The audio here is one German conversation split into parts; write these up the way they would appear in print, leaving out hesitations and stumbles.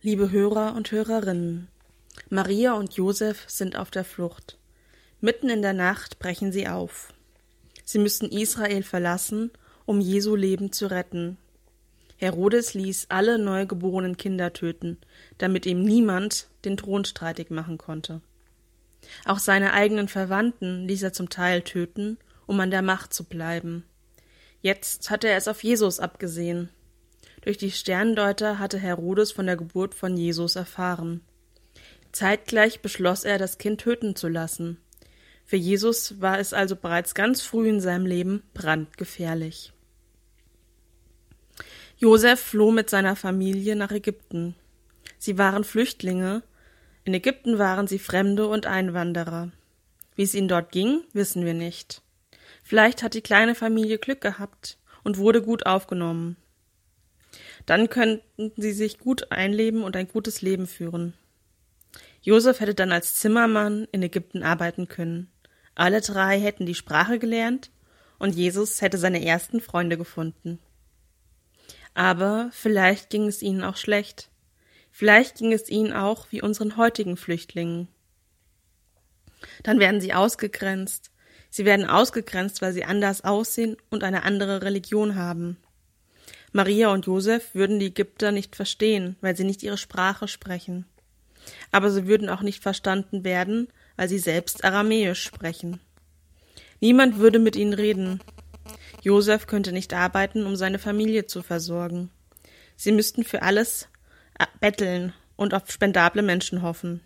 Liebe Hörer und Hörerinnen, Maria und Josef sind auf der Flucht. Mitten in der Nacht brechen sie auf. Sie müssen Israel verlassen, um Jesu Leben zu retten. Herodes ließ alle neugeborenen Kinder töten, damit ihm niemand den Thron streitig machen konnte. Auch seine eigenen Verwandten ließ er zum Teil töten, um an der Macht zu bleiben. Jetzt hatte er es auf Jesus abgesehen. Durch die Sterndeuter hatte Herodes von der Geburt von Jesus erfahren. Zeitgleich beschloss er, das Kind töten zu lassen. Für Jesus war es also bereits ganz früh in seinem Leben brandgefährlich. Josef floh mit seiner Familie nach Ägypten. Sie waren Flüchtlinge. In Ägypten waren sie Fremde und Einwanderer. Wie es ihnen dort ging, wissen wir nicht. Vielleicht hat die kleine Familie Glück gehabt und wurde gut aufgenommen. Dann könnten sie sich gut einleben und ein gutes Leben führen. Josef hätte dann als Zimmermann in Ägypten arbeiten können. Alle drei hätten die Sprache gelernt und Jesus hätte seine ersten Freunde gefunden. Aber vielleicht ging es ihnen auch schlecht. Vielleicht ging es ihnen auch wie unseren heutigen Flüchtlingen. Dann werden sie ausgegrenzt. Sie werden ausgegrenzt, weil sie anders aussehen und eine andere Religion haben. Maria und Josef würden die Ägypter nicht verstehen, weil sie nicht ihre Sprache sprechen. Aber sie würden auch nicht verstanden werden, weil sie selbst Aramäisch sprechen. Niemand würde mit ihnen reden. Josef könnte nicht arbeiten, um seine Familie zu versorgen. Sie müssten für alles betteln und auf spendable Menschen hoffen.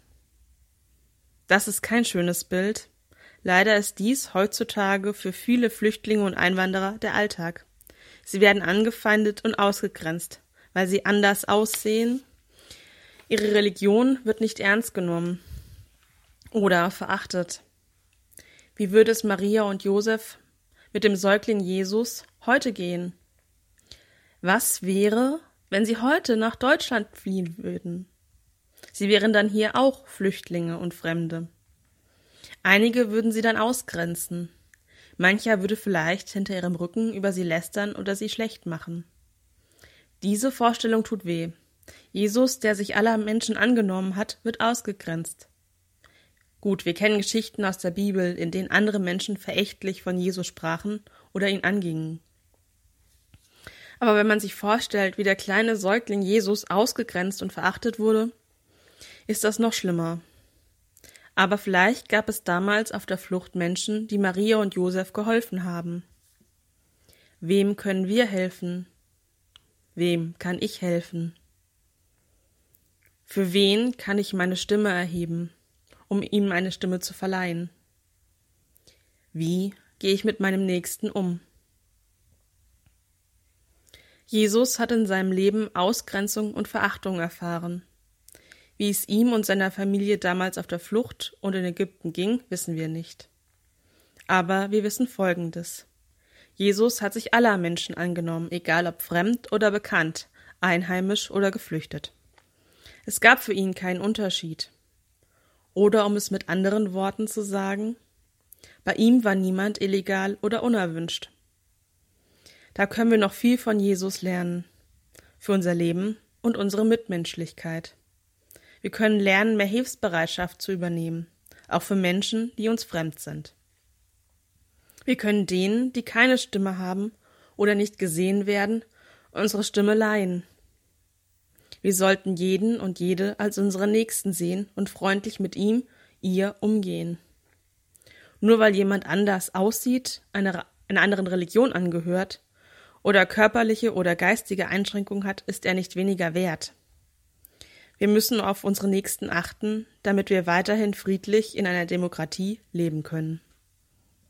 Das ist kein schönes Bild. Leider ist dies heutzutage für viele Flüchtlinge und Einwanderer der Alltag. Sie werden angefeindet und ausgegrenzt, weil sie anders aussehen. Ihre Religion wird nicht ernst genommen oder verachtet. Wie würde es Maria und Josef mit dem Säugling Jesus heute gehen? Was wäre, wenn sie heute nach Deutschland fliehen würden? Sie wären dann hier auch Flüchtlinge und Fremde. Einige würden sie dann ausgrenzen. Mancher würde vielleicht hinter ihrem Rücken über sie lästern oder sie schlecht machen. Diese Vorstellung tut weh. Jesus, der sich aller Menschen angenommen hat, wird ausgegrenzt. Gut, wir kennen Geschichten aus der Bibel, in denen andere Menschen verächtlich von Jesus sprachen oder ihn angingen. Aber wenn man sich vorstellt, wie der kleine Säugling Jesus ausgegrenzt und verachtet wurde, ist das noch schlimmer. Aber vielleicht gab es damals auf der Flucht Menschen, die Maria und Josef geholfen haben. Wem können wir helfen? Wem kann ich helfen? Für wen kann ich meine Stimme erheben, um ihm eine Stimme zu verleihen? Wie gehe ich mit meinem Nächsten um? Jesus hat in seinem Leben Ausgrenzung und Verachtung erfahren. Wie es ihm und seiner Familie damals auf der Flucht und in Ägypten ging, wissen wir nicht. Aber wir wissen Folgendes. Jesus hat sich aller Menschen angenommen, egal ob fremd oder bekannt, einheimisch oder geflüchtet. Es gab für ihn keinen Unterschied. Oder um es mit anderen Worten zu sagen, bei ihm war niemand illegal oder unerwünscht. Da können wir noch viel von Jesus lernen, für unser Leben und unsere Mitmenschlichkeit. Wir können lernen, mehr Hilfsbereitschaft zu übernehmen, auch für Menschen, die uns fremd sind. Wir können denen, die keine Stimme haben oder nicht gesehen werden, unsere Stimme leihen. Wir sollten jeden und jede als unseren Nächsten sehen und freundlich mit ihm, ihr umgehen. Nur weil jemand anders aussieht, einer anderen Religion angehört oder körperliche oder geistige Einschränkungen hat, ist er nicht weniger wert. Wir müssen auf unsere Nächsten achten, damit wir weiterhin friedlich in einer Demokratie leben können.